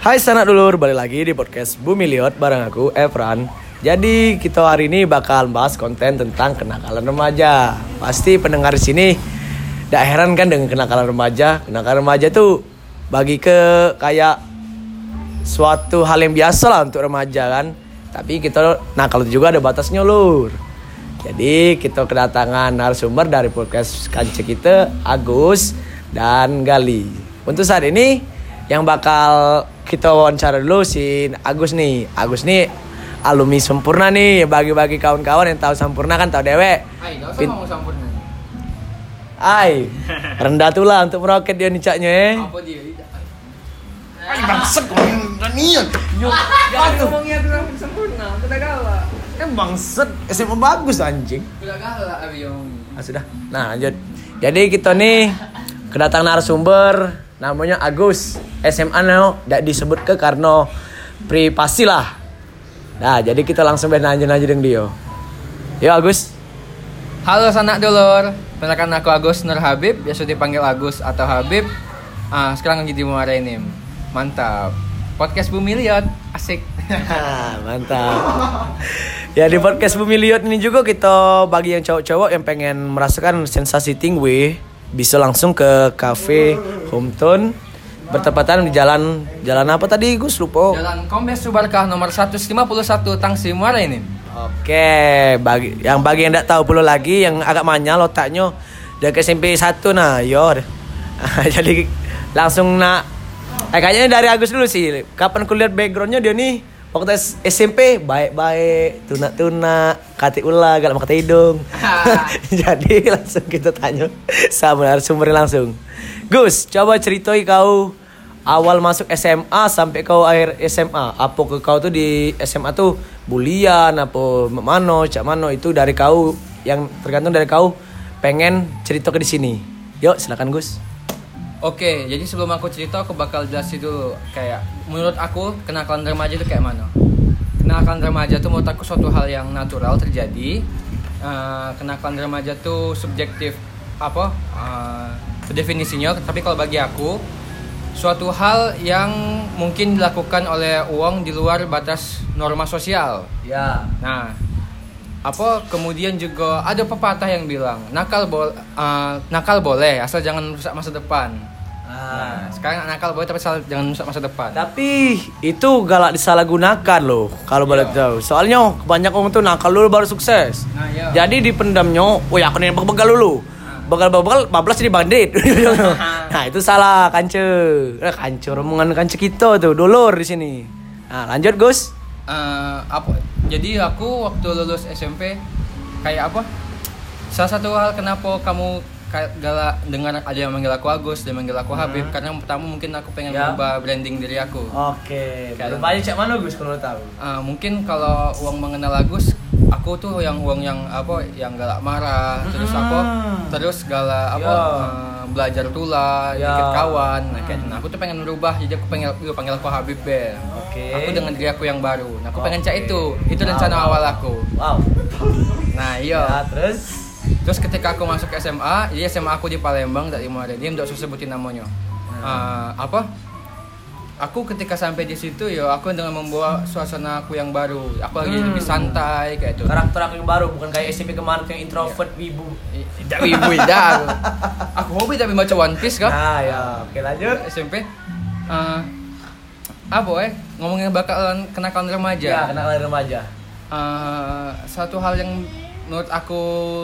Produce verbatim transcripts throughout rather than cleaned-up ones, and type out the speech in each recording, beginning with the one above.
Hai sanak dulur, balik lagi di podcast Bumi Liot bareng aku, Efran. Jadi kita hari ini bakal bahas konten tentang kenakalan remaja. Pasti pendengar di sini tidak heran kan dengan kenakalan remaja. Kenakalan remaja tuh bagi ke kayak suatu hal yang biasa lah untuk remaja kan. Tapi kita nakal juga ada batasnya lur. Jadi kita kedatangan narasumber dari podcast Kance kita, Agus dan Gali. Untuk saat ini yang bakal kita wawancara dulu si Agus nih. Agus nih alumni Sempurna nih. Bagi-bagi kawan-kawan yang tahu Sempurna kan tahu dewek. Ay, gak usah Pin- ngomong Sempurna. Ay, rendah tuh lah untuk meroket dia nicaknya eh. Apa dia? Ay, bangsat ngomongin Daniel. Yuk, Jangan ngomongin aku sama Sempurna, aku udah galak. eh bangsat S M A bagus anjing. Udah galak abi ngomongin. Ah, sudah. Nah, lanjut. Jadi kita nih kedatangan narasumber namanya Agus. S M A no tidak disebut ke karena privasi lah. Nah, jadi kita langsung nanya-nanya dengan dia. Yo Agus. Halo sanak dulur, perkenalkan aku Agus Nur Habib, biasa dipanggil Agus atau Habib. Ah, sekarang lagi di Muara ini. Mantap. Podcast Bumi Liot, asik. Mantap. Ya di podcast Bumi Liot ini juga kita bagi yang cowok-cowok yang pengen merasakan sensasi tinggi bisa langsung ke cafe Hometown bertepatan di jalan jalan apa tadi Gus lupa. Jalan Kombes Subarkah nomor seratus lima puluh satu Tangsi Muara ini. Oke, bagi yang bagi yang enggak tahu perlu lagi yang agak manyal otaknya dari S M P satu nah, yo. Jadi langsung nak eh kayaknya dari Agus dulu sih. Kapan kulihat backgroundnya dia nih waktu S M P baik-baik, tunak-tunak, kati ulah, galak kata hidung. Jadi langsung kita tanya sama narasumber langsung. Gus, coba ceritai kau awal masuk S M A sampai kau akhir S M A. Apa ke kau tuh di S M A tuh bulian apa mano, cak mano itu dari kau yang tergantung dari kau pengen cerita ke di sini. Yuk, silakan Gus. Oke, jadi sebelum aku cerita aku bakal jelasin dulu kayak menurut aku kenakalan remaja itu kayak mana. Kenakalan remaja itu menurut aku suatu hal yang natural terjadi. Uh, kenakalan remaja itu subjektif apa uh, definisinya, tapi kalau bagi aku suatu hal yang mungkin dilakukan oleh uang di luar batas norma sosial. Ya. Nah, apa kemudian juga ada pepatah yang bilang nakal bo- uh, nakal boleh asal jangan merusak masa depan. Ah. Nah, sekarang nakal boleh tapi asal jangan merusak masa depan. Tapi itu galak disalahgunakan loh kalau boleh Iya. tahu. Soalnya kebanyakan orang tuh nakal dulu baru sukses. Nah, iya. Jadi dipendamnya, oh ya aku nih begal dulu. Begal-begal bablas jadi bandit. Nah, itu salah kance. Eh, kance rombongan kance kita tuh dulur di sini. Nah, lanjut Gus. Uh, apa jadi aku waktu lulus S M P kayak apa? Salah satu hal kenapa kamu kayak galak dengar ada yang manggil aku Agus dan manggil aku Habib hmm. karena pertama mungkin aku pengen Ya. merubah branding diri aku. Oke. Kayak- Berubahnya cak mana Gus kalau tahu? Uh, mungkin kalau uang mengenal Agus, aku tuh yang uang yang apa yang galak marah, Mm-hmm. terus apa, terus galak apa Ya. uh, belajar tula, Ya. dikit kawan, nah, kayak, nah aku tuh pengen merubah, jadi aku pengen aku panggil aku Habib be. Oke. Aku dengan diri aku yang baru, nah aku pengen cak Oke. itu, itu Wow, rencana wow. awal aku. Wow. Nah Ya, iya, terus terus ketika aku masuk ke S M A, jadi S M A aku di Palembang dari Muaraenim, tidak usah sebutin namanya. Uh, apa? Aku ketika sampai di situ ya aku dengan membawa suasana aku yang baru. Aku lagi Hmm. lebih santai kayak itu. karakter aku yang baru bukan kayak S M P kemarin yang introvert wibu. Tidak wibu dah. Aku hobi tapi baca One Piece kan. Nah, ya, oke lanjut. S M P. Uh, apa eh ngomongin bakalan kenakalan remaja. Ya, kenakalan remaja. Uh, satu hal yang menurut aku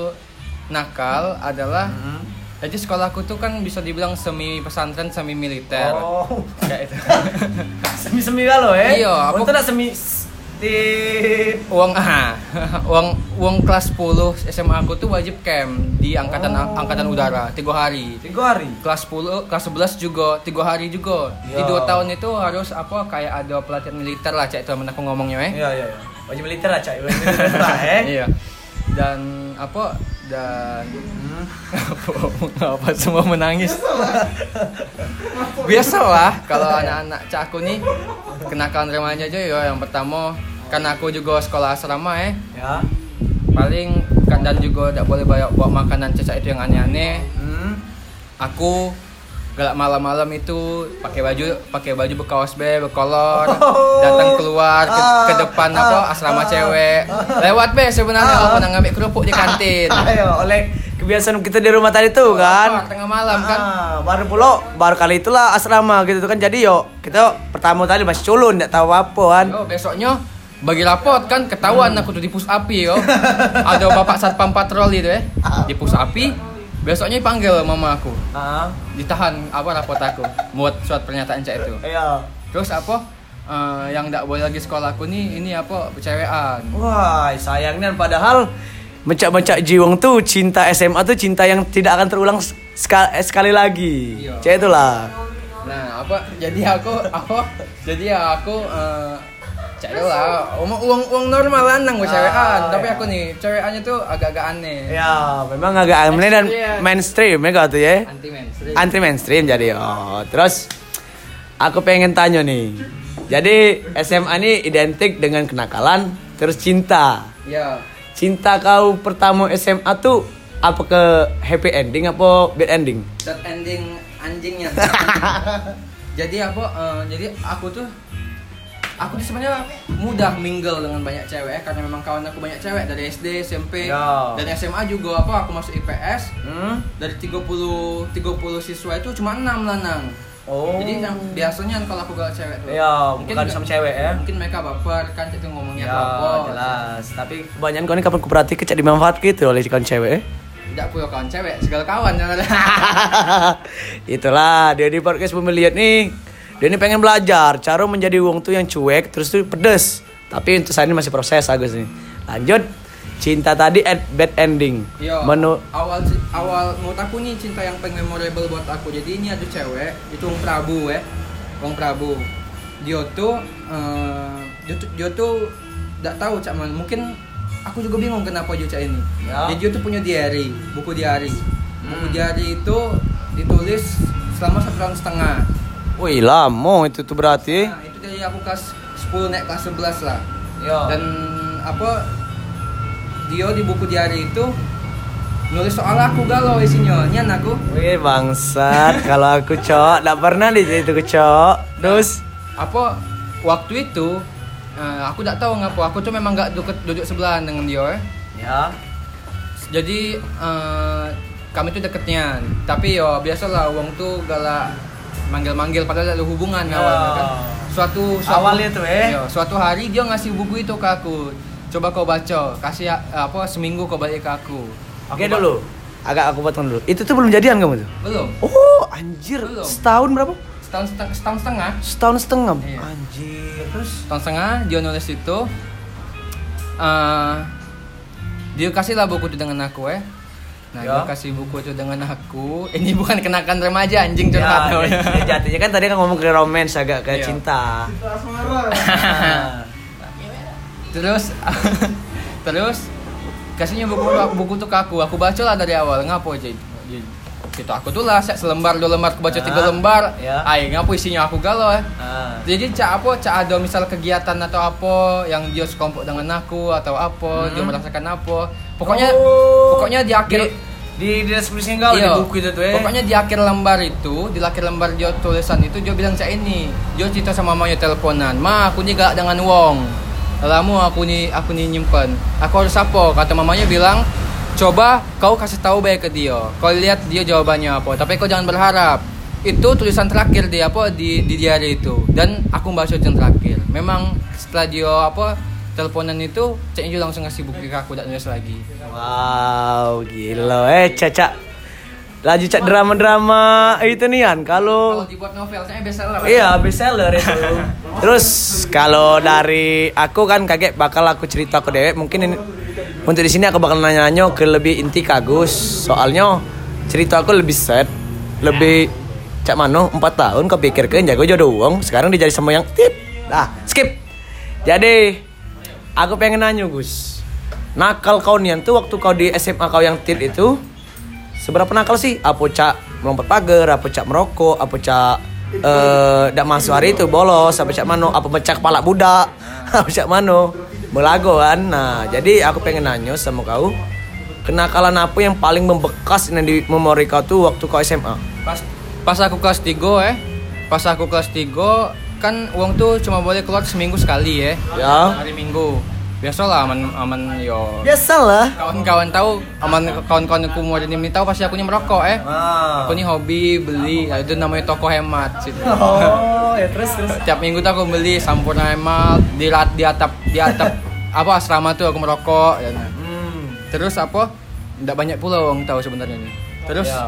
nakal adalah Hmm. jadi sekolahku tuh kan bisa dibilang semi pesantren semi militer. Oh, Kayak itu. semi-semi lo eh. Iya, aku- Untuk nak semi di Uang ah, uang uang kelas sepuluh S M A aku tuh wajib camp di angkatan Oh. angkatan udara tiga hari. tiga hari. Kelas sepuluh, kelas sebelas juga tiga hari juga. Di Iya. dua tahun itu harus apa kayak ada pelatihan militer lah cak teman aku ngomongnya eh. Iya, iya, iya. Wajib militer lah, Cak. Wajib militer lah, eh. Iya. Dan apa dan Hmm. apa semua menangis. Biasalah kalau anak-anak cak aku nih kenakalan remaja aja ya. Yang pertama karena aku juga sekolah asrama eh. Ya. Paling dan juga tidak boleh bawa, bawa makanan caca itu yang aneh-aneh. Hmm. Aku galak malam-malam itu pakai baju pakai baju berkaos be berkolor, datang keluar ke, ke depan apa asrama cewek. Lewat be sebenarnya aku nang ngambil kerupuk di kantin. Ayo, oleh kebiasaan kita di rumah tadi tuh kan. Apa, tengah malam kan. Ah, baru pulau baru kali itulah asrama gitu tuh kan. Jadi yo kita pertama tadi masih culun enggak tahu apa kan. Yo besoknya bagi rapot kan ketahuan aku tuh di pus api yo. Ada bapak satpam patroli tuh ya. Di pus api. Besoknya dipanggil mama aku. Ah. Ditahan apa rapot aku buat surat pernyataan cak itu. Iya. Terus apa uh, yang enggak boleh lagi sekolah aku nih ini apa percewean. Wah, sayangnya padahal mencak-mencak jiwang tuh cinta S M A tuh cinta yang tidak akan terulang sekali, sekali lagi. Iya. Cek itulah. Nah, apa jadi aku apa jadi aku uh, cek lah uang uang uang normal lanang gue cewekan, Ah, tapi iya. aku nih cewekannya tuh agak-agak aneh. Ya, memang agak aneh dan mainstream ya kau tuh ya. Anti mainstream. Anti mainstream jadi. Oh, terus aku pengen tanya nih. Jadi S M A ini identik dengan kenakalan terus cinta. Iya. Cinta kau pertama S M A tuh apa ke happy ending apa bad ending? That ending anjingnya. Jadi apa? uh, jadi aku tuh aku tuh sebenarnya mudah mingle dengan banyak cewek karena memang kawan aku banyak cewek dari S D, S M P, Ya. dan S M A juga apa aku masuk I P S. Hmm? Dari tiga puluh siswa itu cuma enam lanang. Oh. Jadi yang biasanya kalau aku gak cewek tuh. Ya, mungkin bukan sama cewek ya. Mungkin mereka baper kan itu ngomongnya Ya, baper. jelas. Tapi kebanyakan kau ini kapan kuperhati kecak dimanfaat gitu oleh kawan cewek. eh? Tidak punya kawan cewek, segala kawan jangan. Itulah dia di podcast pemilihan nih. Dia ini pengen belajar cara menjadi wong tuh yang cuek terus tuh pedes. Tapi untuk saat ini masih proses Agus nih. Lanjut. Cinta tadi at bad ending. Yo, Menu awal awal menurut aku nih cinta yang paling memorable buat aku. Jadi ini ada cewek, itu Wong Prabu ya. Wong Prabu. Dia tuh uh, dia tuh dia tuh enggak tahu cak man. Mungkin aku juga bingung kenapa dia cak ini. Ya. Jadi dia tuh punya diary, buku diary. Buku Hmm. diary itu ditulis selama satu tahun setengah. wih lama itu tuh berarti. Nah, itu dari aku kelas sepuluh naik kelas sebelas lah. Ya. Dan apa dia di buku diary itu nulis soal aku galau isinya. Nyan aku. Wih bangsat kalau aku cok enggak pernah di itu ke cok. Terus Apa waktu itu uh, aku enggak tahu ngapa aku tuh memang enggak duduk duduk sebelahan dengan dia. Eh. ya. Jadi uh, kami tuh deketnya. Tapi yo biasalah wong tuh galak manggil-manggil padahal ada hubungan Ya. awalnya kan. Suatu, suatu Awalnya tuh, eh. yo, suatu hari dia ngasih buku itu ke aku. Coba kau baca, kasih uh, apa seminggu kau balik ke aku. Oke Aku ba- dulu. Agak aku potong dulu. Itu tuh belum jadian kamu tuh? Belum. Oh, anjir. Belum. Setahun berapa? Setahun setengah, setahun setengah. Setahun setengah. Iya. Anjir. Terus Setahun setengah dia nulis itu. Uh, dia kasihlah buku itu dengan aku eh. Nah, Ya. dia kasih buku itu dengan aku. Ini bukan kenakan remaja anjing curhat. ya, ya, jatuhnya kan tadi kan ngomong ke romance agak ke Iya. cinta. terus terus kasihnya buku buku tuh ke aku. Aku baca lah dari awal. Ngapo aja gitu aku tuh lah selembar dua lembar aku baca Ah, tiga lembar. ya. Ay ngapo isinya aku galau eh. Ah. Jadi cak apa cak ada misal kegiatan atau apa yang dia sekelompok dengan aku atau apa Hmm. dia merasakan apa. Pokoknya Oh. pokoknya di akhir di di deskripsi enggak di Iya. buku itu tuh ya. Pokoknya di akhir lembar itu, di akhir lembar dia tulisan itu dia bilang cak ini. Dia cerita sama mamanya teleponan. Ma, aku nih gak dengan Wong. Lama aku nih aku nih nyimpen. Aku harus apa? Kata mamanya bilang, coba kau kasih tahu baik ke dia. Kau lihat dia jawabannya apa. Tapi kau jangan berharap. Itu tulisan terakhir dia apa di di diary itu. Dan aku baca yang terakhir. Memang setelah dia apa teleponan itu, cak juga langsung ngasih buku ke aku, tak nulis lagi. Wow, gila eh Caca. Lanjut cak drama-drama itu nih kan kalau Kalau dibuat novel, saya bestseller. iya bestseller itu. Terus kalau dari aku kan kaget bakal aku cerita ke Dewek mungkin ini, untuk di sini aku bakal nanya-nanya ke lebih inti kagus. Soalnya cerita aku lebih set, lebih cak mano empat tahun kau pikirkan jago jodoh uang sekarang dijadi sama yang tip. Nah, skip. Jadi aku pengen nanya Gus. Nakal kau nian tuh waktu kau di S M A kau yang tit itu seberapa nakal sih? Apa cak melompat pagar, apa cak merokok, apa cak eh dak masuk hari itu bolos, apa cak mano, apa pecah kepala budak, apa cak mano, belago kan. Nah, jadi aku pengen nanya sama kau, kenakalan apa yang paling membekas di memori kau tuh waktu kau S M A? Pas Pas aku kelas tiga eh, pas aku kelas tiga kan uang tuh cuma boleh keluar seminggu sekali ya. Ya. Hari Minggu. Biasalah aman aman yo. Biasalah. Kawan-kawan tahu, aman kawan-kawan aku mau ini tahu pasti aku nih merokok eh. Ah. Aku nih hobi beli, nah, itu namanya toko hemat situ. Oh, ya terus terus. Tiap minggu tuh aku beli sampurna hemat di lat di atap di atap apa asrama tuh aku merokok ya. Hmm. Terus apa? Enggak banyak pula uang tahu sebenarnya nih. Terus Ya.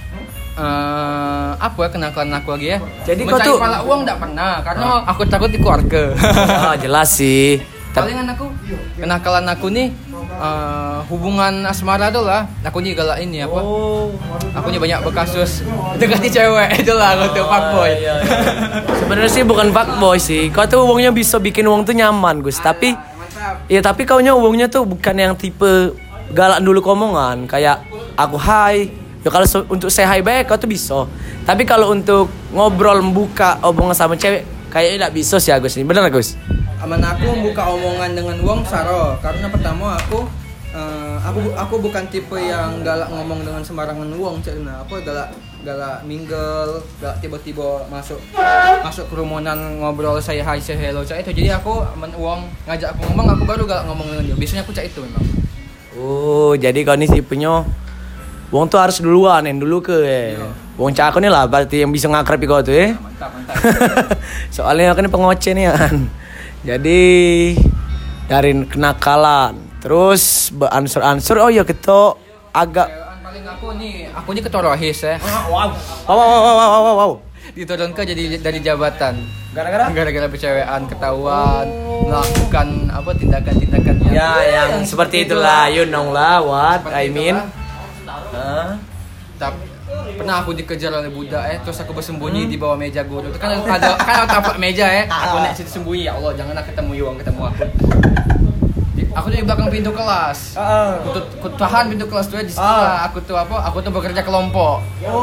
Uh, apa ya kenakalan aku lagi ya? Jadi kau mencari tuh- pala uang enggak pernah karena aku takut di keluarga. Ah, jelas sih. Tapi Palingan aku kenakalan aku nih uh, hubungan asmara tuh lah. Aku nih galak ini apa? oh, Aku nih banyak berkasus dekati cewek itulah aku tuh fuckboy. iya, iya. Sebenarnya sih bukan fuckboy sih. Kau tuh uangnya bisa bikin uang tuh nyaman, Gus. Tapi Mantap. ya tapi kaunya uangnya tuh bukan yang tipe galak dulu komongan kayak aku hai. Ya kalau se- untuk say hi baik kau tuh bisa. Tapi kalau untuk ngobrol membuka omongan sama cewek kayaknya tidak bisa sih Agus ini. Bener Agus? Aman aku membuka omongan dengan uang saro karena pertama aku uh, aku aku bukan tipe yang galak ngomong dengan sembarangan uang cak nah apa galak galak mingle galak tiba-tiba masuk masuk kerumunan ngobrol saya hai saya hello cak itu jadi aku aman uang ngajak aku ngomong aku baru galak ngomong dengan dia biasanya aku cak itu memang Oh, jadi kau ini tipenya uang tuh harus duluan yang dulu ke eh. Uang cak aku nih lah berarti yang bisa ngakrep kau tuh eh. mantap mantap Soalnya aku ini pengoceh nih kan. Jadi dari kenakalan, terus beransur-ansur oh ya kita agak Cewek paling aku nih aku nih ketua rohis ya wow wow wow wow wow wow, wow. diturunkan jadi dari jabatan Gara-gara gara-gara percewean ketahuan melakukan apa tindakan-tindakan yang ya yang seperti itulah, you know lah what Seperti I mean. itulah. Hah? Tapi pernah aku dikejar oleh budak eh terus aku bersembunyi di bawah meja guru itu kan ada kan ada tapak meja eh aku naik situ sembunyi ya Allah janganlah ketemu Yuang ketemu aku Di- aku di belakang pintu kelas aku, tuh, aku tahan pintu kelas tuh di situ lah. aku tuh apa aku tuh bekerja kelompok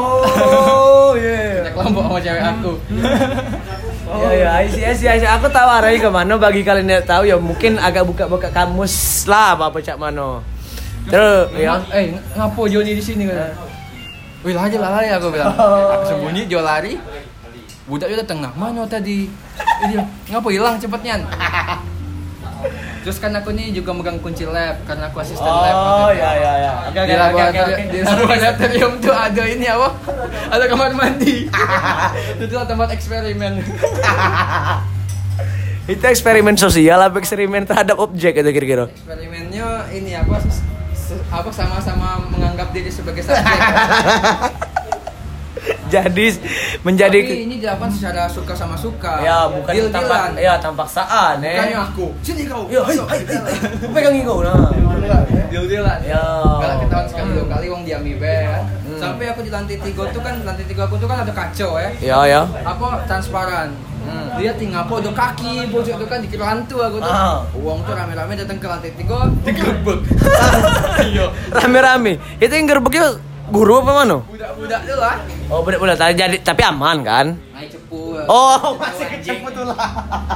Oh yeah. bekerja kelompok sama cewek aku Ya ya, I see, I see, I see. Aku tahu arahnya kemana. Bagi kalian yang tahu ya mungkin agak buka-buka kamus lah apa cak mano. Terus ya. eh ngapo Joni di sini kan wih lah aja lah lari aku bilang aku sembunyi Jo lari budak dia datang nah mana tadi eh, dia ngapo hilang cepetnya terus kan aku nih juga megang kunci lab karena aku asisten lab Oh waktu itu. ya ya ya. Oke Di laboratorium di laboratorium tuh ada ini apa ada kamar mandi itu lah tempat eksperimen Itu eksperimen sosial apa eksperimen terhadap objek itu kira-kira? eksperimennya ini apa se- apa sama-sama menganggap diri sebagai subjek Jadi menjadi tapi ini dilakukan secara suka sama suka ya bukan tampak deal-dealan. ya tampak saan eh. Bukannya aku sini kau Ya, hai hai hai. Aku pegang kau nah. deal-dealan Ya. galak ketahuan sekali dua kali wong diami be kan. Hmm. Sampai aku di lantai tiga tuh kan lantai tiga aku tuh kan ada kaca ya Ya ya. apa transparan Hmm. dia tinggal apa ada kaki pojok tuh kan dikira hantu aku tuh Ah. uang tuh rame-rame datang ke lantai tiga digerebek iya Rame-rame. Itu yang gerbeknya guru apa mana? budak-budak tuh lah Oh, bener-bener tadi jadi tapi aman kan? naik cepu Oh, masih kecepu tuh lah.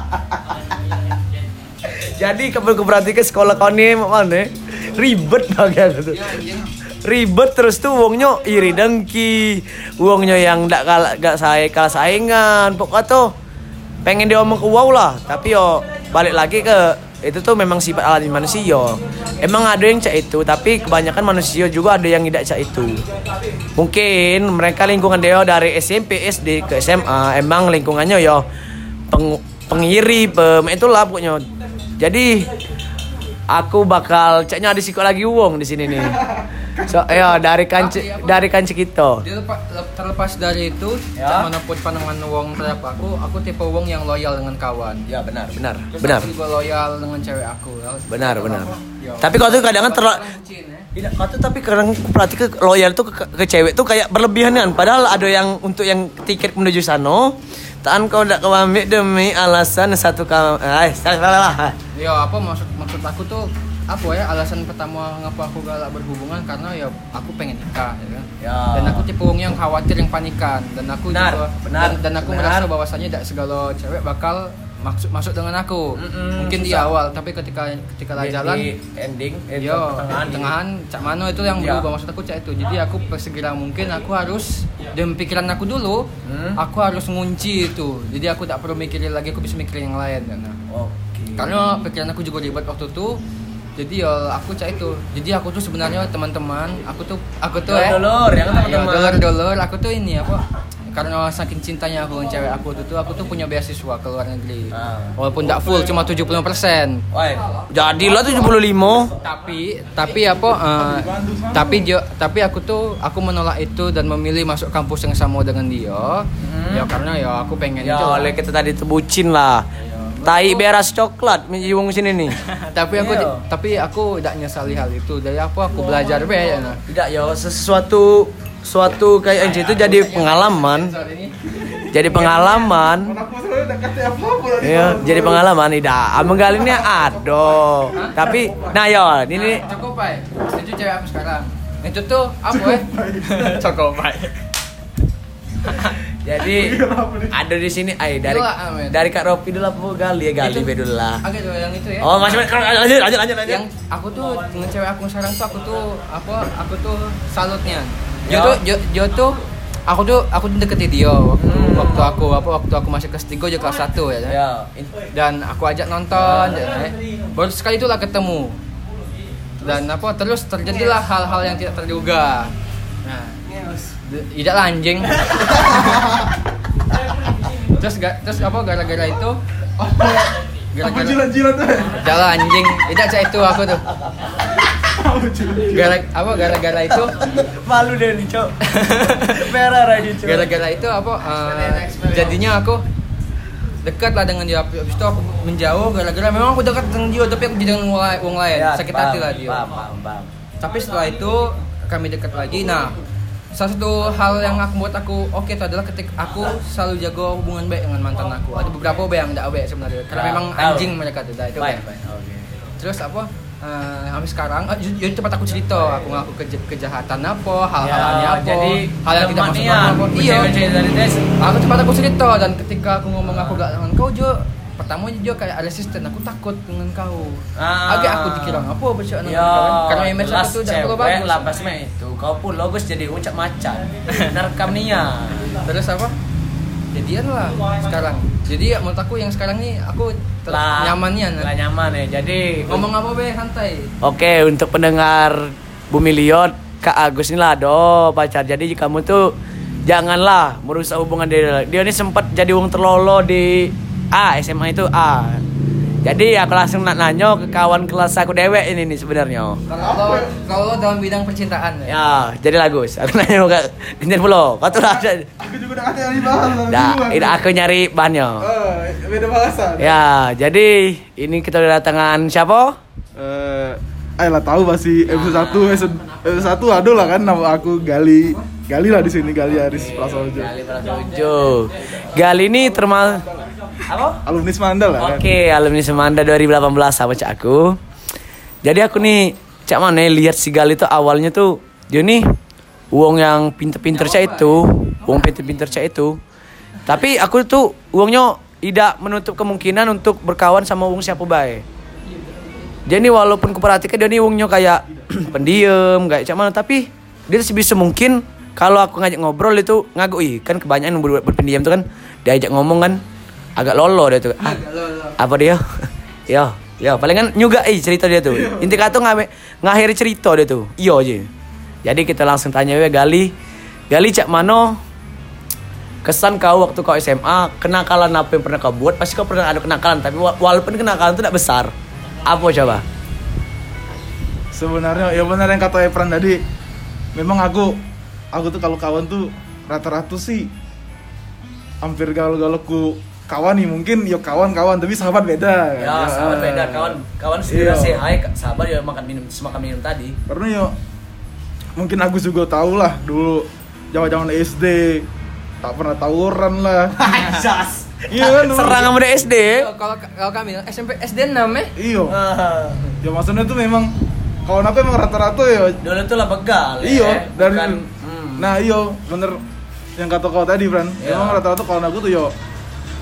Jadi kamu berarti ke sekolah kau nih mana? Ribet banget tuh. iya anjing Ribet terus tuh uangnya iri dengki, uangnya yang ndak kalah gak saya kalah saingan. Pokoknya tuh pengen diomong ke wow lah, tapi yo balik lagi ke itu tuh memang sifat alami manusia. Emang ada yang cak itu, tapi kebanyakan manusia juga ada yang tidak cak itu. Mungkin mereka lingkungan dia dari S M P, S D ke S M A, emang lingkungannya yo peng, pengiri, pem itulah pokoknya. Jadi aku bakal caknya ada sikok lagi uang di sini nih. So, ya dari kanci dari kanci kita. dia lepa- lep- terlepas dari itu Ya. cak manapun pandangan wong terhadap aku aku tipe wong yang loyal dengan kawan Ya benar, benar, terus benar, aku juga loyal dengan cewek aku ya. benar, benar. Ya. Tapi kau tuh kadang terlalu Orang bucin, ya. tidak, kau tuh tapi kadang berarti ke loyal tuh ke, ke cewek tuh kayak berlebihan kan. Padahal ada yang untuk yang tiket menuju sana. Taan kau tidak kau ambil demi alasan satu kau. Eh, salah salah. Ya apa maksud maksud aku tuh apa ya alasan pertama ngapa aku galak berhubungan karena ya aku pengen nikah ya kan. Ya. Dan aku tipe wong yang khawatir yang panikan dan aku Benar, juga benar, dan, dan aku benar. merasa bahwasanya tidak segala cewek bakal masuk masuk dengan aku. Mm-mm, mungkin di susah. awal, tapi ketika ketika lah Di- jalan di ending eh, yo pertengahan ini. tengahan cak mano itu yang Ya. berubah, maksud aku cak itu. Jadi aku persegera mungkin aku harus dalam pikiran aku dulu, Hmm. aku harus ngunci itu. Jadi aku tak perlu mikirin lagi, aku bisa mikirin yang lain kan. Oke. Karena pikiran aku juga ribet waktu itu. Jadi ya aku cak itu. Jadi aku tuh sebenarnya teman-teman, aku tuh aku tuh eh Dolor, yang teman-teman. dolor-dolor, aku tuh ini apa? Karena saking cintanya aku dengan cewek aku tuh, tuh aku tuh punya beasiswa ke luar negeri. Ah. Walaupun tidak full, cuma tujuh puluh persen. Woi, jadilah tujuh puluh lima. Tapi tapi apa eh, tapi jo, tapi aku tuh aku menolak itu dan memilih masuk kampus yang sama dengan dia. Hmm. Ya karena ya aku pengen Ya itu. oleh kita tadi tuh bucin lah. Tai beras coklat menjiwung sini nih. tapi aku Iya. tapi aku tidak nyesali hal itu. Dari apa aku belajar be ya. Nah. Tidak ya, sesuatu suatu kayak anjir itu jadi pengalaman. Jadi pengalaman. Iya, jadi pengalaman tidak. Abang kali ini aduh. Tapi nah ya, ini Cokopai. Itu cewek aku sekarang. Itu tuh apa ya? Cokopai. jadi ada di sini ay dari Dulu lah, Amin. dari Kak Ropi dulu apa Gali ya Gali Itu- be dulu lah. Oke tuh yang itu ya. Oh, masih lanjut lanjut lanjut lanjut. Yang aku tuh dengan cewek aku sekarang tuh aku tuh apa? Aku tuh salutnya. Jo Ya. tuh Jo, Jo tuh aku tuh aku tuh deketin dia waktu, Hmm. waktu aku apa waktu aku masih kelas tiga aja kelas satu ya. Ya. Dan aku ajak nonton ya, baru sekali itulah ketemu. Dan apa terus terjadilah hal-hal yang tidak terduga. Nah, tidak anjing. terus ga, terus apa gara-gara itu gara-gara Jilat-jilat tuh. jalan anjing tidak cak itu aku tuh gara apa gara-gara itu Malu deh nih, Cok. Merah lagi, Cok. gara-gara itu apa eh, jadinya aku dekat lah dengan dia. Habis itu aku menjauh gara-gara memang aku dekat dengan dia tapi aku jadi dengan wong lain- wong lain Ya, sakit paham, hati lah dia. Paham, paham, paham. Tapi setelah itu kami dekat lagi. Nah, salah satu hal yang aku buat aku oke itu adalah ketika aku selalu jaga hubungan baik dengan mantan aku. Ada beberapa baik yang tidak baik sebenarnya karena Ah, memang tahu. anjing mereka tuh. Nah, itu Baik, baik. baik. Oke. Terus apa? eh sampai sekarang, eh, ju- jadi cepat aku cerita, aku ngaku keja- kejahatan apa, hal-halnya Ya, apa, jadi hal yang tidak masuk lemanian, akal apa. Iya. cerita dari tes. Aku cepat aku cerita dan ketika aku ngomong aku gak dengan kau Jo, pertama Jo kayak resisten, aku takut dengan kau. Ah. Agak aku dikira apa bercakap dengan Ya, kau kan? Karena image jelas aku tuh tidak terlalu cewek bagus. lapas me itu. Kau pun logos jadi ucap macan. Nerekam nia. Terus apa? Jadian lah sekarang. Jadi ya, menurut aku yang sekarang nih aku ter- Lah, nyamannya. lah nyaman ya. Jadi Ngomong apa be santai. Oke, untuk pendengar Bumi Liot, Kak Agus ini lah do pacar. Jadi kamu tuh janganlah merusak hubungan dia. Dia ini sempat jadi wong terlolo di A, S M A itu A. Jadi aku langsung nak nanya ke kawan kelas aku dewek ini nih sebenarnya. Kalau kalau dalam bidang percintaan ya. Ya, jadi lagus. Aku nanya ke Dinten Pulau. Kau tuh ada. Aku juga udah kata yang dibahas. Dah, ini aku nyari bahannya. Oh, beda bahasan. Ya, jadi ini kita kedatangan siapa? Eh, ayolah tahu pasti episode satu episode episode satu ada lah kan nama aku Gali. Gali lah di sini Gali Aris Prasojo. Gali Prasojo. Gali ini termasuk apa? Alumni Semandal lah kan. Oke, alumni Semanda dua ribu delapan belas sama cak aku. Jadi aku nih cak mana lihat si Gali itu awalnya tuh dia nih uang yang pinter-pinter cak itu, uang pinter-pinter cak itu. Tapi aku tuh uangnya tidak menutup kemungkinan untuk berkawan sama uang siapa baik. Jadi walaupun kuperhatikan dia nih uangnya kayak pendiam, kayak cak mana, tapi dia sebisa mungkin kalau aku ngajak ngobrol itu ngagui kan kebanyakan yang ber- berpendiam tuh kan diajak ngomong kan agak lolo dia tuh. Ah, apa dia? Yo, yo, palingan juga eh cerita dia tuh. Inti kata ngabe ngakhiri cerita dia tuh. Iya aja. Jadi kita langsung tanya we Gali. Gali cak mano kesan kau waktu kau S M A, kenakalan apa yang pernah kau buat? Pasti kau pernah ada kenakalan, tapi wa- walaupun kenakalan itu tidak besar. Apa coba? Sebenarnya ya benar yang kata Efran tadi. Memang aku aku tuh kalau kawan tuh rata-rata sih hampir galau-galau ku kawan nih, mungkin ya kawan-kawan tapi sahabat beda kan? Ya, sahabat beda. Kawan kawan Iya. sudah say hi, sahabat ya makan minum semakan minum tadi. Karena ya mungkin aku juga tahu lah dulu zaman-zaman S D tak pernah tawuran lah. Jas. Iya kan dulu. Serang sama S D. Kalau kalau kalau kami S M P S D enam eh. Iya. Ah. Ya maksudnya tuh memang kawan aku emang rata-rata ya. Dulu tuh lah begal. Iya, dari Bukan, hmm. nah iya bener yang kata kau tadi Fran. Iya. Emang rata-rata kawan aku tuh yo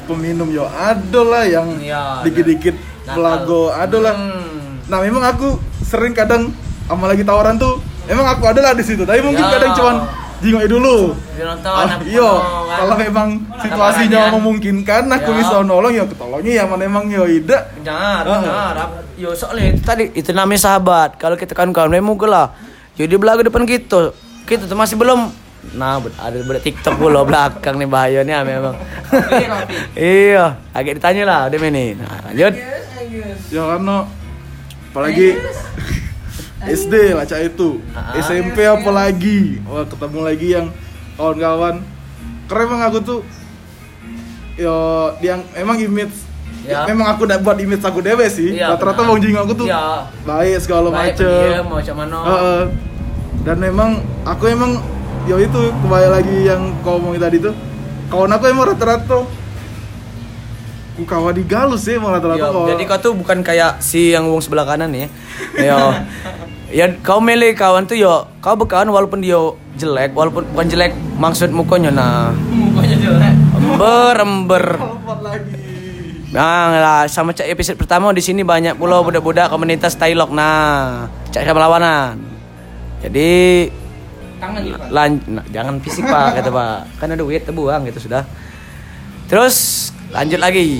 peminum yo ada lah yang Iya, dikit-dikit nakal. belago ada lah. Hmm. Nah memang aku sering kadang sama lagi tawaran tuh, emang aku ada lah di situ. Tapi mungkin Ya. kadang cuman jingoi dulu. Dia nonton Ah, apa iya, kan. kalau memang situasinya Tawarannya. memungkinkan, aku Ya. bisa nolong ya ketolongnya ya, mana emang yo ida. Benar, Ah. benar. Yo soalnya itu tadi itu namanya sahabat. Kalau kita kan kawan memang lah. Jadi belagu depan kita. Kita tuh masih belum. Nah, ada budak TikTok pula belakang nih bahayanya memang. Iya, agak ditanya lah udah ini. Nah, lanjut. Ya karena apalagi S D lah cak itu, Ah. S M P apalagi, wah ketemu lagi yang kawan-kawan. Keren emang aku tuh, yo yang emang image, Ya. memang aku udah buat image aku dewe sih. Iya, Rata-rata benar. bang jing aku tuh Iya. baik segala Baik, macem. pendiam, mau macam mana. Heeh. Dan memang aku emang yo itu kembali lagi yang kau ngomongin tadi tuh, kawan aku emang rata-rata ku kawan di galus sih emang rata-rata. Yo, kawan- jadi kau tuh bukan kayak si yang wong sebelah kanan nih. Yo. Ya kau milih kawan tuh yo, kau berkawan walaupun dia jelek, walaupun bukan jelek maksud mukanya nah. Mukanya jelek. Ember ember. Lompat lagi. Nah lah sama cak episode pertama di sini banyak pula budak-budak komunitas Tailok. Nah, cak sama lawanan. Jadi Tangan nih, Pak. lan nah, jangan fisik Pak kata Pak. Kan ada duit terbuang gitu sudah. Terus lanjut lagi.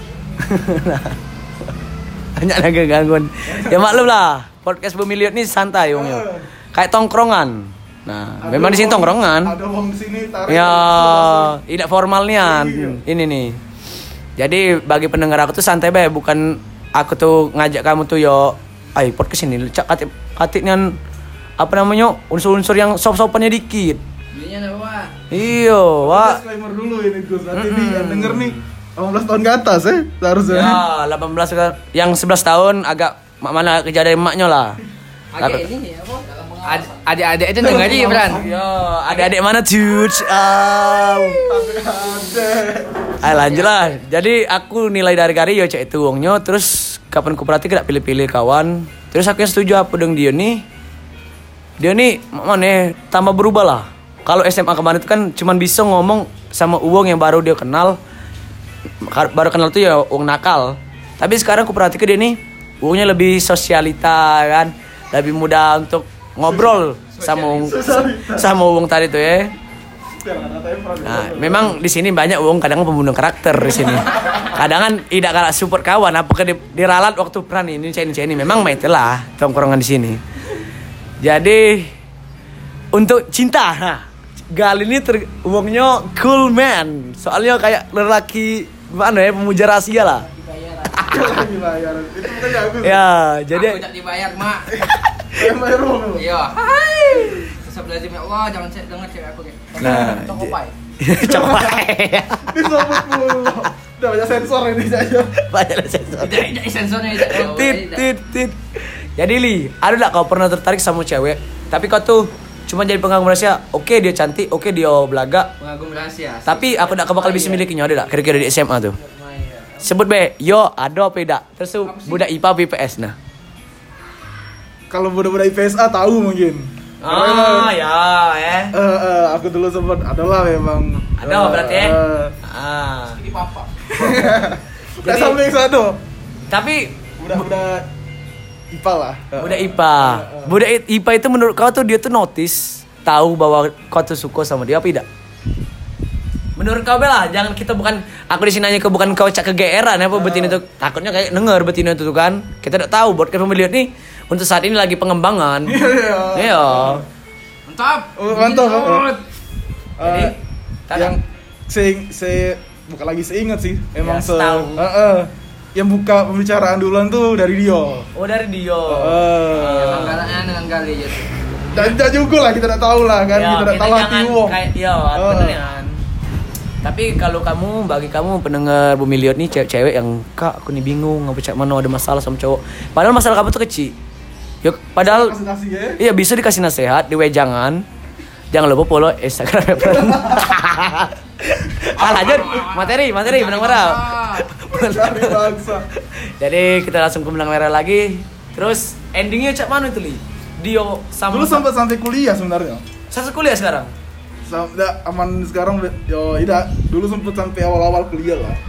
Banyak lagi gangguan. Ya maklum lah. Podcast Bumiliot nih santai wongnya. Kayak tongkrongan. Nah, Ada memang di sini wong- tongkrongan. Ada wong di sini tarik. Ya, tidak formalnya. Iya. Ini nih. Jadi bagi pendengar aku tuh santai bae, bukan aku tuh ngajak kamu tuh yo, ay podcast ini cak katik katiknya apa namanya unsur-unsur yang sop-sopannya dikit. Jadinya apa, Pak? Iyo, wah. Disclaimer dulu ini Gus. Nanti Mm-mm. nih yang denger nih delapan belas tahun ke atas eh seharusnya. Ya, delapan belas kan. Yang sebelas tahun agak mak mana kerja dari emaknya lah. Agak ini apa? Ad- Adik-adik itu dengerin, Bran. Yo, adik-adik mana tuh? Um. Ada. Ayo lanjut lah. Jadi aku nilai dari kari yo cek itu wongnya. Terus kapan ku perhati tidak pilih-pilih kawan. Terus aku yang setuju apa dong dia nih. Dia nih mana tambah berubah lah. Kalau S M A kemarin itu kan cuman bisa ngomong sama uang yang baru dia kenal. Baru kenal tuh ya uang nakal. Tapi sekarang aku perhatikan dia nih uangnya lebih sosialita kan. Lebih mudah untuk ngobrol sama uang, sama uang tadi tuh ya. Nah, memang di sini banyak uang kadang pembunuh karakter di sini. Kadang kan tidak kalah support kawan, apakah di, diralat waktu peran ini ini ini memang itulah tongkrongan di sini. Jadi untuk cinta, nah, Gal ini ter, uangnya cool man. Soalnya kayak lelaki mana ya pemuja rahasia lah. Lagi bayaran. Itu bukan aku. Ya, jadi Aku tak dibayar, Mak. Yang bayar uang lu. Iya. Hai. Astagfirullahaladzim ya Allah, jangan cek dengar cewek aku kayak. Nah, Cokopai. coba Disebut mulu. Udah banyak sensor ini saja. banyak sensor. Tidak, tidak sensornya tidak. tit tit tit. Jadi Li, ada nggak kau pernah tertarik sama cewek? Tapi kau tuh cuma jadi pengagum rahasia. Oke dia cantik, oke dia belaga. Pengagum rahasia. Tapi aku tidak bakal bisa milikinya ada nggak? Kira-kira di S M A tuh. Sebut be, yo ada apa tidak? Terus tuh budak I P A B P S nah. Kalau budak-budak I P S A tahu mungkin. Ah ya, eh. Eh, eh, aku dulu sempat adalah memang. Ada eh, berarti ya? eh. Ah. Di papa. Udah Jadi- sampai ke sana. Tapi Budak-budak I P A lah. budak I P A, budak I P A itu menurut kau tuh dia tuh notice tahu bahwa kau tuh suka sama dia apa tidak? Menurut kau Bella, jangan kita bukan aku di sini nanya ke bukan kau cak kegeeran apa betina itu takutnya kayak denger betina itu tuh kan. Kita tidak tahu buat pembelian nih untuk saat ini lagi pengembangan. Iya. Iya. Mantap. Oh, mantap. Minum. Jadi, Eh, kadang- yang saya saya bukan lagi seingat sih, emang Ya, se setahu. Eh, eh. yang buka pembicaraan duluan tuh dari dia. Oh dari dia. Eh. Anggarannya dengan kali gitu. Dan dan juga lah kita tidak tahu lah kan, Ya, kita tidak tahu hati jangan wong. kayak iya, Eh. bener kan. Tapi kalau kamu bagi kamu pendengar Bumi Liot nih cewek-cewek yang kak aku nih bingung ngapa cak mana ada masalah sama cowok. Padahal masalah kamu tuh kecil. Yuk, padahal Kasih nasi ya. iya bisa dikasih nasihat di wejangan. Jangan lupa follow Instagram. Ah lanjut materi materi benang merah. Dari bangsa. Jadi kita langsung ke benang merah lagi. Terus endingnya cak mana itu li? Dio sama Dulu sampai sampai kuliah sebenarnya. satu kuliah sekarang. Sampai aman sekarang yo tidak. Dulu sempat sampai awal-awal kuliah lah.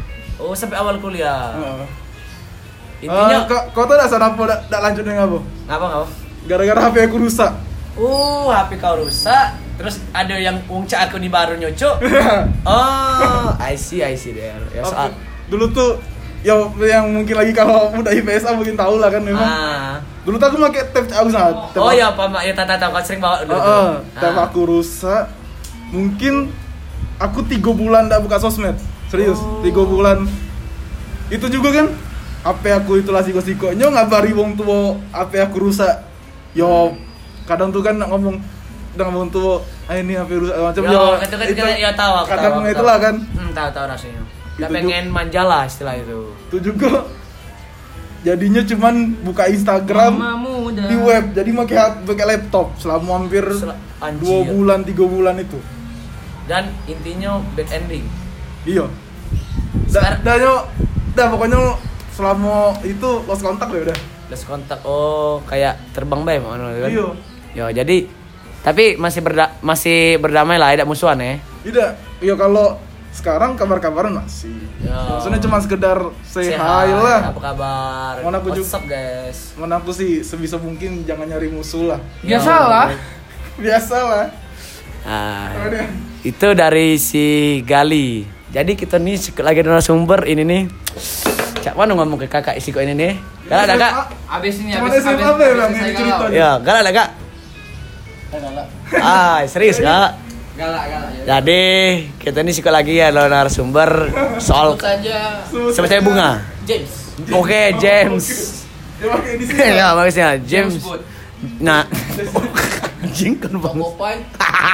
Oh, sampai awal kuliah. Heeh. Intinya Eh, kau kau tahu dah sana apa dak dak lanjut dengan apa? ngapa ngapa? Gara-gara H P aku rusak. Uh, H P kau rusak. Terus ada yang ungcak aku di baru nyocok. Oh, I see, I see there. Ya soal. Aku- Dulu tuh yang yang mungkin lagi kalau udah I P S A mungkin tahu lah kan memang. Ah. Dulu tuh aku pakai tab aku sangat. Oh iya, Pak Mak, ya tata tahu kan sering bawa dulu. Heeh, tuh. tab Ah. aku rusak. Mungkin aku tiga bulan ndak buka sosmed. Serius, Oh. tiga bulan. Itu juga kan H P aku itu lah siko-sikonya ngabari wong tua H P aku rusak. Yo, kadang tuh kan nak ngomong dengan wong tua, ah ini H P rusak macam Yo, itu kan kita ya tahu aku. kadang tahu, aku itulah tahu. kan. Hmm, tahu tahu rasanya. Gak Itu pengen manja lah istilah itu. Itu juga jadinya cuman buka Instagram Mama muda. di web, jadi pakai pakai laptop selama hampir Sel- anjir. dua bulan tiga bulan itu. Dan intinya bad ending. Iya. Sekarang- Dah, dah, yo, dah pokoknya selama itu lost kontak deh udah. Lost kontak. Oh, kayak terbang bae mana kan? Iya. Yo, jadi tapi masih berda masih berdamai lah, tidak musuhan ya. Tidak. Iya kalau sekarang kabar-kabaran masih. Ya. Maksudnya cuma sekedar say, Say hi hi, lah. Apa kabar? Mana aku What's juga- up, guys? Mana aku sih sebisa mungkin jangan nyari musuh lah. Biasalah. Biasalah. Ah, Ada. itu dari si Gali. Jadi kita nih sek- lagi narasumber ini nih. Cak mana ngomong ke kakak isi kok ini nih? Galak ada kak? Abis ini Cuma abis S M A abis apa ya, Bang, abis yang saya cerita? galau. Ya, galak ada kak? Galak. Ah, serius kak? Galak galak ya. Jadi kita nih sikut lagi ya lo narasumber soal Sebut saja sebut saya bunga. James. Oke, James. Dia pakai di sini. Ya, bagusnya James. James Bond. Nah, anjing kan bang. Topo point.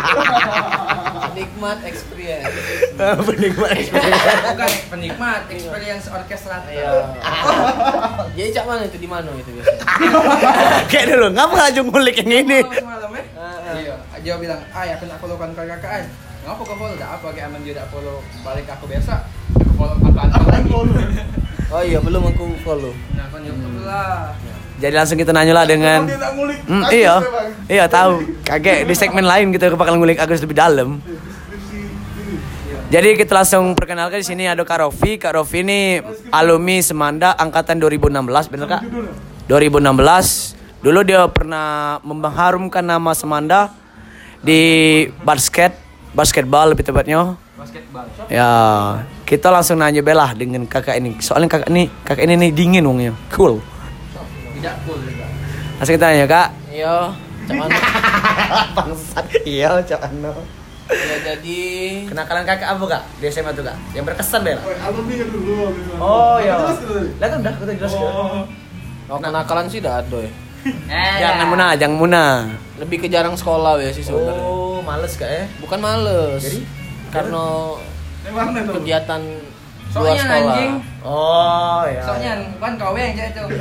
Nikmat experience. Penikmat. Bukan penikmat experience orkestra. Iya. Jadi cak mana itu di mana itu biasanya? Kayak dulu, ngapa aja ngulik yang ini? Semalam ya? Iya, dia bilang, "Ah, ya aku nak follow kan kakak-kakak." Ngapa kau follow? Tak apa kayak aman dia tak follow balik aku biasa. Aku follow apa lagi. Oh iya, belum aku follow. Nah, kan YouTube lah. Jadi langsung kita nanya lah dengan Dia tak ngulik. Hmm, Agus iya, ya, Bang. iya tahu. Kakek di segmen lain kita bakal ngulik Agus lebih dalam. Jadi kita langsung perkenalkan di sini ada Kak Rofi. Kak Rofi ini alumni Semanda angkatan dua ribu enam belas, bener Kak? dua ribu enam belas. Dulu dia pernah mengharumkan nama Semanda di basket, basketball lebih tepatnya. Basketball. Ya, kita langsung nanya belah dengan kakak ini. Soalnya kakak ini, kakak ini nih dingin wongnya, cool. Tidak cool juga. Langsung kita nanya Kak. Iya, cak mana? Bangsat. Iya, cak ano. Ya jadi Kenakalan kakak apa Kak di S M A tuh Kak? Yang berkesan deh. Woi, alumni kan dulu. gitu. Oh iya. Jelas gitu tadi. Lihat udah kita jelaskan. Oh. oh, kenakalan sih tidak ada ya. Eh, Jangan munah, jangan munah. Lebih ke jarang sekolah ya sih sebenarnya. Oh, males Kak ya? Bukan males. Jadi? Karena Yang mana itu? kegiatan luar Soalnya sekolah. anjing. Oh ya. Soalnya kan kau yang jadi itu.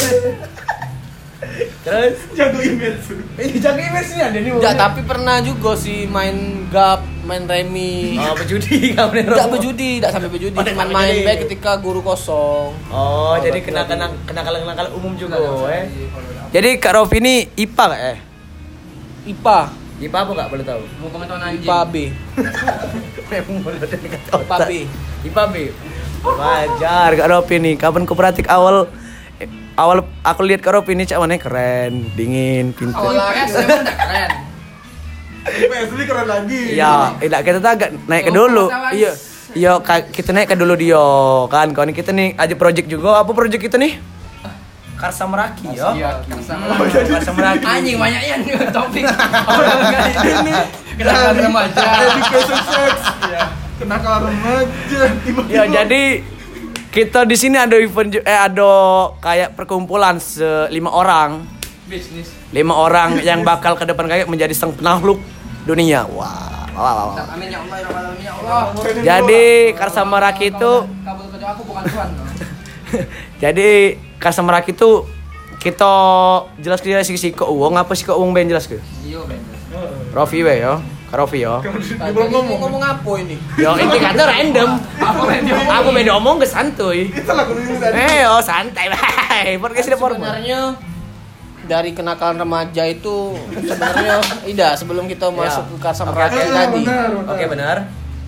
Terus Jago image. ini jaga image nih ada nih. Enggak, tapi pernah juga sih main gap, main remi. Oh, berjudi kamu nih. Enggak berjudi, enggak sampai berjudi, Oh, cuma enggak main berjudi. baik ketika guru kosong. Oh, jadi kena kena kenakalan kenakalan umum juga eh. Jadi Kak Rofi ini I P A Kak eh? I P A, I P A apa Kak boleh tahu? Mau pengetahuan I anjing. P A B, Memang boleh ada dekat I P A B. I P A B. Wajar Kak Rofi nih. Kapan kau perhatik awal eh, awal aku lihat Kak Rofi ini cak mana keren, dingin, pintar. Awalnya S M A udah keren. I P S lebih keren lagi. Iya, tidak kita tuh agak naik ke Oh, dulu. masalah. Iya. Iya, Kak, kita naik ke dulu dia kan. Kawan kita nih ada project juga. Apa project kita nih? Karsa Meraki ya. Iya, Karsa Karsa Meraki. Anjing banyak yang topik. Orang kali ini kenakalan remaja. Education sex. Iya. Kenakalan remaja. Tiba-tiba. Ya, jadi kita di sini ada event ju- eh ada kayak perkumpulan se lima orang. Bisnis. Lima orang yang bakal ke depan kayak menjadi sang penakluk dunia. Wah, wah, wah, wah. Amin ya Allah, ya Rabbal alamin ya Allah. Jadi Karsa Meraki itu kabul kerja aku bukan Tuhan. jadi Karsa Meraki itu kita jelas ke jelas si kok uang apa sih kok uang ben jelas ke? Iya, Ben. Rofi we yo, Kak Rofi yo. Dia Tadi belum ini ngomong. ngomong apa ini? Yo ini kata random. Apa Ben? Aku beda omong ke santuy. Itu lah kudu tadi. Eh yo santai bye. Podcast tidak formal. Sebenarnya dari kenakalan remaja itu sebenarnya tidak sebelum kita masuk ke Karsa Meraki Oke. tadi. Benar, benar. Oke benar.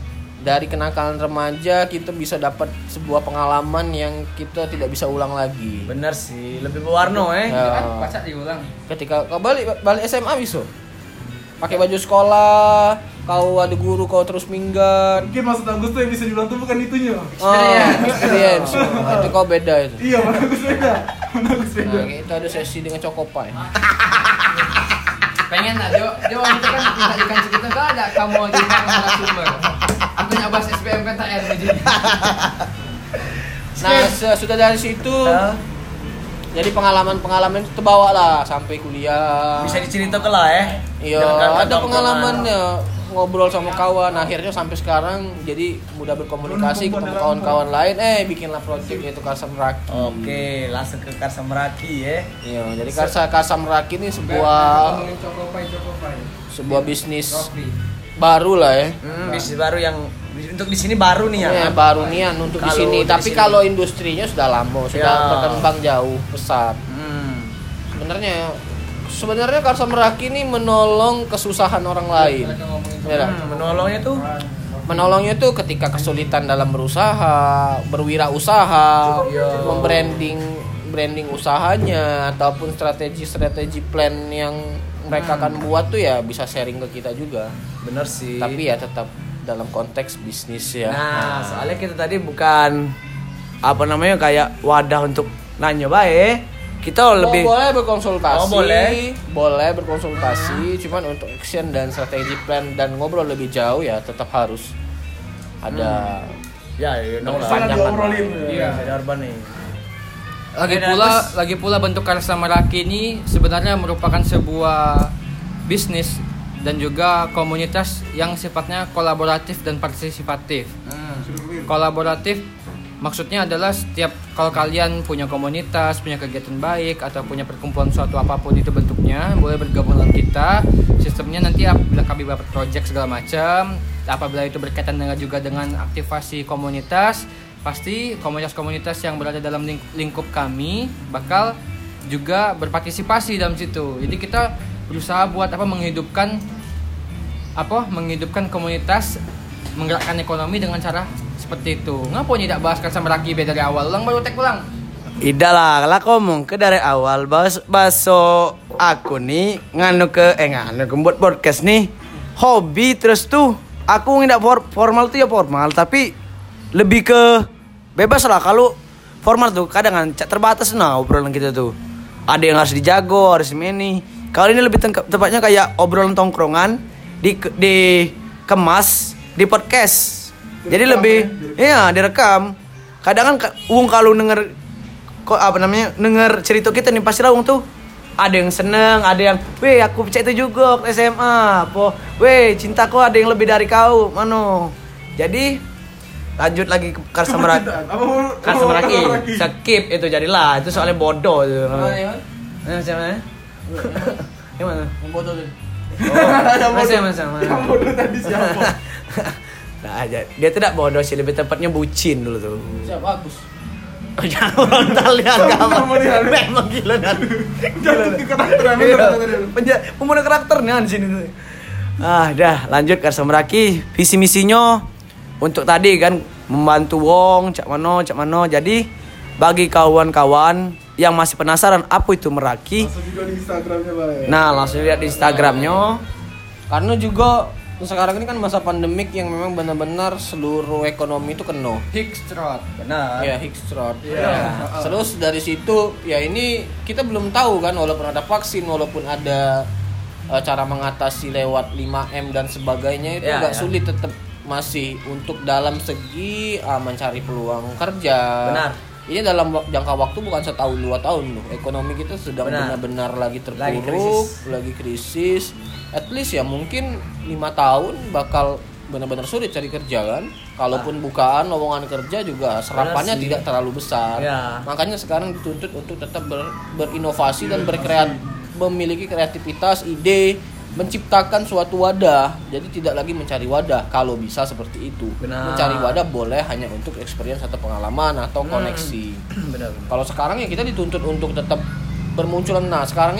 dari kenakalan remaja kita bisa dapat sebuah pengalaman yang kita tidak bisa ulang lagi. Bener sih, lebih berwarna eh. Ya. Kan pacak diulang. Ketika kau balik balik S M A bisa pakai baju sekolah, kau ada guru kau terus minggat. Mungkin maksud Agus tuh yang bisa diulang tuh bukan itunya. Oh, experience. Nah, itu kau beda itu. Iya, mana Agus beda. Mana Agus beda. Nah, itu ada sesi dengan Cokopai. Pengen lah, Jo. Jo itu kan minta ikan cerita enggak ada kamu di narasumber. Aku nyabas S B M P T N aja. Nah, sudah dari situ jadi pengalaman-pengalaman itu terbawa lah sampai kuliah. Bisa diceritakan lah eh. Iya, ada pengalamannya ngobrol sama kawan. Akhirnya sampai sekarang jadi mudah berkomunikasi, ketemu kawan-kawan lain. Eh, bikinlah project yaitu Karsa Meraki. Oke, langsung ke Karsa Meraki ya. Iya, jadi Karsa Karsa Meraki ini sebuah ngomongin Cokopai Cokopai. sebuah bisnis Rofi. baru lah ya. Hmm, bisnis baru yang untuk di sini baru nih ya. Ya, baru nian untuk di Kalau sini. di Tapi sini. kalau industrinya sudah lama, sudah Ya. berkembang jauh pesat. Hmm. Sebenarnya sebenarnya Karsa Meraki ini menolong kesusahan orang lain. Mereka ngomongin Ya, dah. Hmm, menolongnya tuh Menolongnya tuh ketika kesulitan dalam berusaha, berwirausaha, Iya. membranding branding usahanya ataupun strategi-strategi plan yang mereka akan buat tuh ya bisa sharing ke kita juga. bener sih. Tapi ya tetap dalam konteks bisnis ya. Nah, soalnya kita tadi bukan apa namanya kayak wadah untuk nanya baik. Kita lebih Oh, boleh berkonsultasi. Oh, boleh. Boleh berkonsultasi, cuman untuk action dan strategi plan dan ngobrol lebih jauh ya tetap harus ada ya, ya no lah. Sangat Panjangan. diobrolin. Iya. Dari Arban nih. Lagi Oke, pula, terus? lagi pula bentuk Karsa Meraki ini sebenarnya merupakan sebuah bisnis dan juga komunitas yang sifatnya kolaboratif dan partisipatif. Kolaboratif maksudnya adalah setiap kalau kalian punya komunitas, punya kegiatan baik atau punya perkumpulan suatu apapun itu bentuknya, boleh bergabung dengan kita. Sistemnya nanti apabila kami dapat project segala macam, apabila itu berkaitan dengan juga dengan aktivasi komunitas, pasti komunitas-komunitas yang berada dalam ling- lingkup kami bakal juga berpartisipasi dalam situ. Jadi kita berusaha buat apa menghidupkan apa menghidupkan komunitas, menggerakkan ekonomi dengan cara seperti itu. Ngapa tidak bahas Karsa Meraki be dari awal? Ulang baru tek ulang. Ida lah, lah ngomong ke dari awal bahas baso aku nih nganu ke eh nganu ke buat podcast nih hobi terus tuh aku nggak for, formal tuh ya formal tapi lebih ke bebas lah. Kalau formal tuh kadang kan terbatas nah obrolan kita tuh ada yang harus dijago harus ini. Kalau ini lebih tengk- tepatnya kayak obrolan tongkrongan di dikemas di podcast. Jadi lebih iya direkam. Kadang kan Wong kalau denger kok apa namanya denger cerita kita nih pasti lah Wong tuh ada yang seneng, ada yang weh aku percaya itu juga waktu S M A, po weh cintaku ada yang lebih dari kau, mano. Jadi lanjut lagi ke Karsa Meraki. Karsa Meraki, skip itu jadilah itu soalnya bodoh itu. Eh, siapa ya? Yang mana? Yang bodoh tuh. Oh, masih masih Yang bodoh tadi siapa? Nah, aja. Dia tidak bodoh sih, lebih tepatnya bucin dulu tuh. Siapa Agus? Jangan orang talian agama. Sama dia. Memang gila dan. Jatuh ke karakter emang Iya. kata-kata dia. Penja- Pembunuh karakternya di sini tuh. Ah, dah lanjut Karsa Meraki. Visi misinya untuk tadi kan membantu wong, cak mano, cak mano. Jadi bagi kawan-kawan yang masih penasaran apa itu Meraki, Langsung juga di Instagramnya Bay. nah langsung lihat di Instagramnya. Karena juga sekarang ini kan masa pandemik yang memang benar-benar seluruh ekonomi itu kena. Hikstrot. Benar. Ya, Hikstrot. Iya. Ya. Terus dari situ ya ini kita belum tahu kan walaupun ada vaksin, walaupun ada uh, cara mengatasi lewat lima M dan sebagainya itu Ya, nggak ya. sulit tetap masih untuk dalam segi uh, mencari peluang kerja. Benar. Ini dalam wak- jangka waktu bukan setahun dua tahun loh. Ekonomi kita sedang Benar. benar-benar lagi terpuruk, Lagi krisis. lagi krisis. At least ya mungkin lima tahun bakal benar-benar sulit cari kerja kan. Kalaupun bukaan lowongan kerja juga serapannya sih. tidak terlalu besar. Ya. Makanya sekarang dituntut untuk tetap ber- berinovasi dan berkreat memiliki kreativitas, ide, menciptakan suatu wadah. Jadi tidak lagi mencari wadah kalau bisa seperti itu. Benar. Mencari wadah boleh hanya untuk experience atau pengalaman atau koneksi. Benar. Kalau sekarang ya kita dituntut untuk tetap bermunculan. Nah, sekarang ini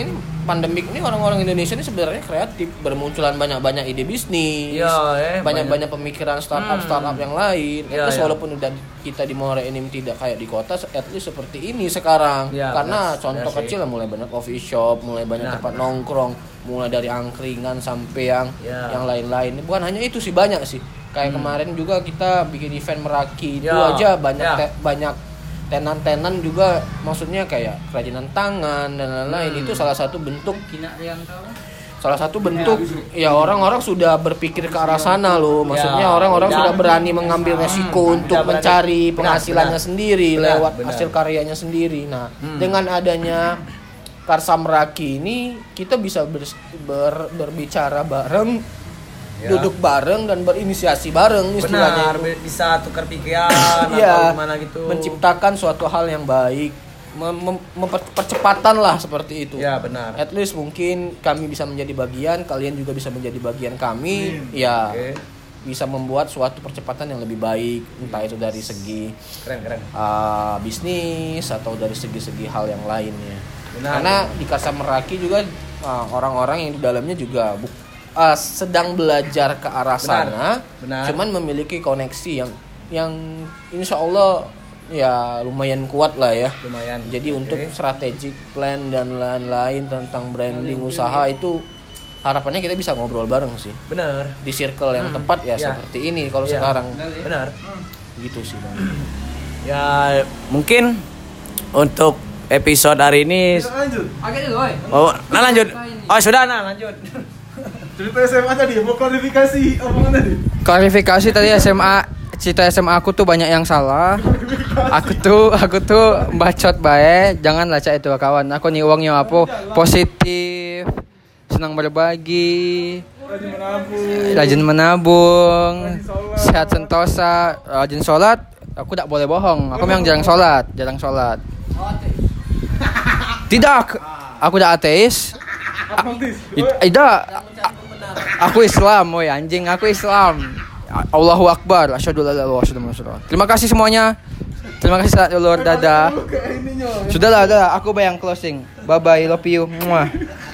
pandemik ini orang-orang Indonesia ini sebenarnya kreatif, bermunculan banyak-banyak ide bisnis, Iya, eh, banyak-banyak pemikiran startup Hmm. startup yang lain. Iya, Terus iya. walaupun udah kita di Muara Enim tidak kayak di kota, at least seperti ini sekarang. Iya, Karena benar, contoh benar sih. kecil lah, mulai banyak coffee shop, mulai banyak Benar, tempat benar. nongkrong, mulai dari angkringan sampai yang Iya. yang lain-lain. Bukan hanya itu sih, banyak sih. Kayak kemarin juga kita bikin event Meraki itu Ya, aja banyak ya. te- banyak tenan-tenan juga, maksudnya kayak kerajinan tangan dan lain-lain. Hmm. Itu salah satu bentuk Kina yang tahu. salah satu bentuk ya orang-orang sudah berpikir ke arah sana loh. Maksudnya Ya, orang-orang dan- sudah berani mengambil resiko untuk berani. mencari Benar, penghasilannya benar. sendiri Benar, lewat benar. hasil karyanya sendiri. Nah, Hmm. dengan adanya Karsa Meraki ini kita bisa ber- ber- berbicara bareng, Ya. duduk bareng dan berinisiasi bareng istilahnya. Benar, be- bisa tukar pikiran Iya, atau gimana gitu. menciptakan suatu hal yang baik, mem- mem- memper- percepatan lah seperti itu. Ya, benar. At least mungkin kami bisa menjadi bagian, kalian juga bisa menjadi bagian kami. Amin. Ya, Oke. bisa membuat suatu percepatan yang lebih baik, entah itu dari segi Keren, keren. uh, bisnis atau dari segi-segi hal yang lainnya. Benar. Karena di Karsa Meraki juga uh, orang-orang yang di dalamnya juga bu- uh, sedang belajar ke arah Benar. sana, Benar. cuman memiliki koneksi yang yang insya Allah ya lumayan kuat lah ya. Lumayan. Jadi Oke. untuk strategic plan dan lain-lain tentang branding usaha itu harapannya kita bisa ngobrol bareng sih Benar. di circle yang tepat ya, Ya. seperti ini kalau Ya. sekarang Benar. gitu sih Bang. Ya, mungkin untuk episode hari ini Kita lanjut. Oke dulu, oi. oh, nah lanjut. Oh, sudah nah lanjut. Cerita S M A tadi, mau klarifikasi omongan tadi. Klarifikasi tadi S M A, cerita S M A aku tuh banyak yang salah. Aku tuh aku tuh bacot bae, jangan laca itu kawan. Aku nih uangnya apa? Positif, senang berbagi, Rajin menabung. rajin menabung, sehat sentosa, rajin sholat. Aku tak boleh bohong. Aku memang jarang sholat, jarang sholat. Tidak, aku udah ateis. Agnostis. I- Tidak, aku Islam, woi anjing, aku Islam. Allahu Akbar, asyhadu alla ilaha illallah, asyhadu anna Muhammadar rasulullah. Terima kasih semuanya. Terima kasih saat ulur, dadah. Kayak ininya. Sudahlah, udah, aku bayang closing. Bye bye, love you. Muah.